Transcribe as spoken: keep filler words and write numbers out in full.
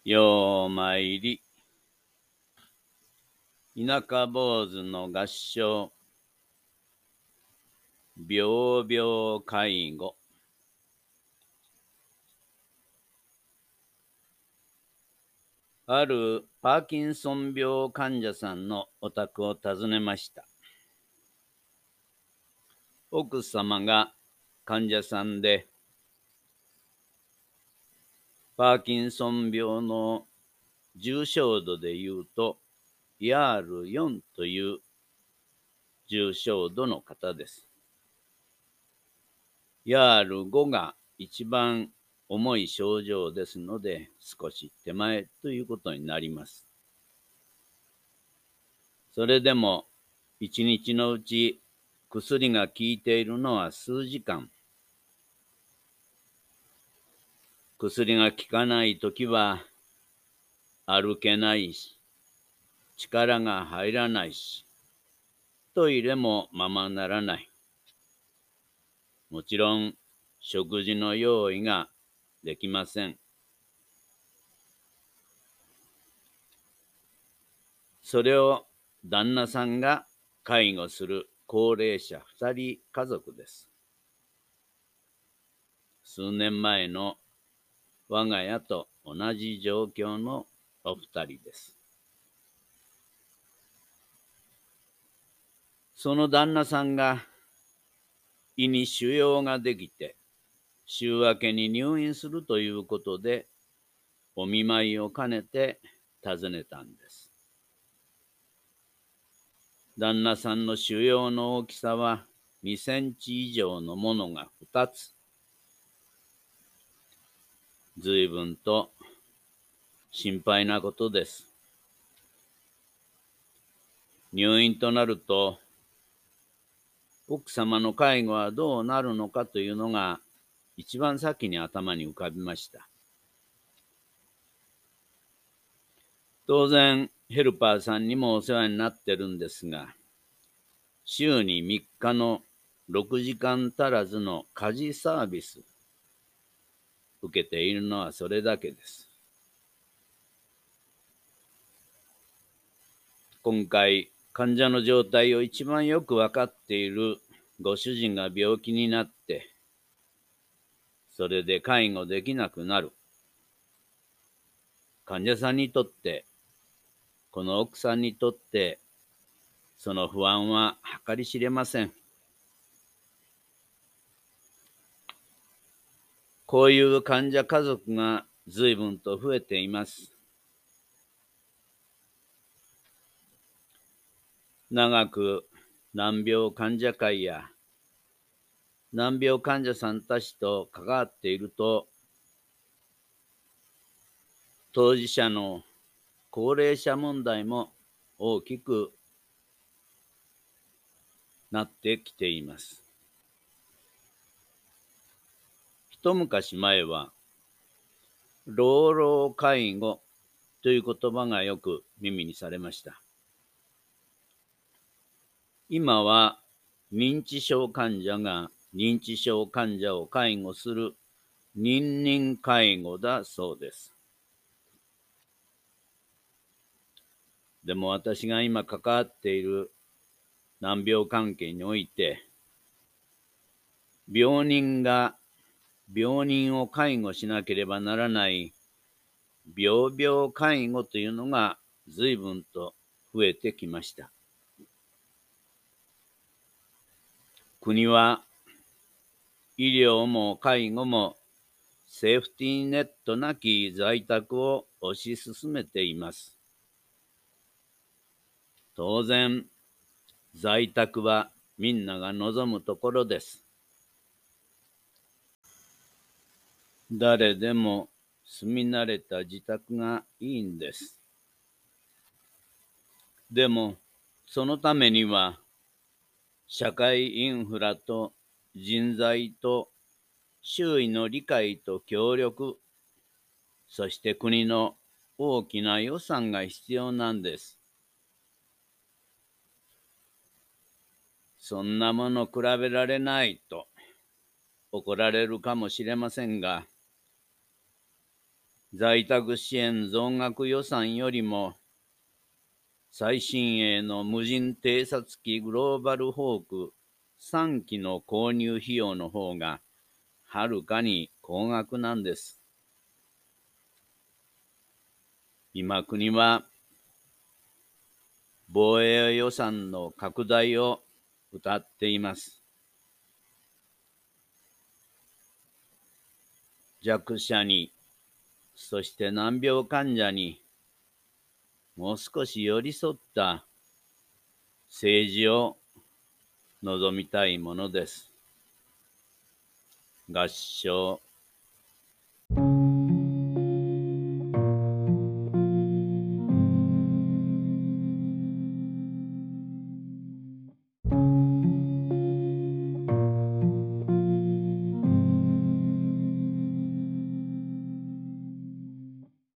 ようまいり、田舎坊主の合唱、病病介護。あるパーキンソン病患者さんのお宅を訪ねました。奥様が患者さんで、パーキンソン病の重症度でいうと、ヤールよん という重症度の方です。ヤールごが一番重い症状ですので、少し手前ということになります。それでも、一日のうち薬が効いているのは数時間。薬が効かないときは、歩けないし、力が入らないし、トイレもままならない。もちろん、食事の用意ができません。それを旦那さんが介護する高齢者二人家族です。数年前の我が家と同じ状況のお二人です。その旦那さんが胃に腫瘍ができて、週明けに入院するということで、お見舞いを兼ねて訪ねたんです。旦那さんの腫瘍の大きさはにセンチ以上のものがふたつ。随分と心配なことです。入院となると、奥様の介護はどうなるのかというのが一番先に頭に浮かびました。当然、ヘルパーさんにもお世話になってるんですが、週にみっかのろくじかん足らずの家事サービス、受けているのはそれだけです。今回、患者の状態を一番よくわかっているご主人が病気になって、それで介護できなくなる。患者さんにとって、この奥さんにとって、その不安は計り知れません。こういう患者家族が随分と増えています。長く難病患者会や難病患者さんたちと関わっていると、当事者の高齢者問題も大きくなってきています。一昔前は、老老介護という言葉がよく耳にされました。今は認知症患者が認知症患者を介護する認認介護だそうです。でも私が今関わっている難病関係において、病人が病人を介護しなければならない病病介護というのが随分と増えてきました。国は医療も介護もセーフティーネットなき在宅を推し進めています。当然、在宅はみんなが望むところです。誰でも住み慣れた自宅がいいんです。でも、そのためには、社会インフラと人材と周囲の理解と協力、そして国の大きな予算が必要なんです。そんなもの比べられないと怒られるかもしれませんが、 在宅支援増額予算よりも、最新鋭の無人偵察機グローバルホークさんきの購入費用の方がはるかに高額なんです。今国は防衛予算の拡大を謳っています。弱者に、そして難病患者にもう少し寄り添った政治を望みたいものです。合唱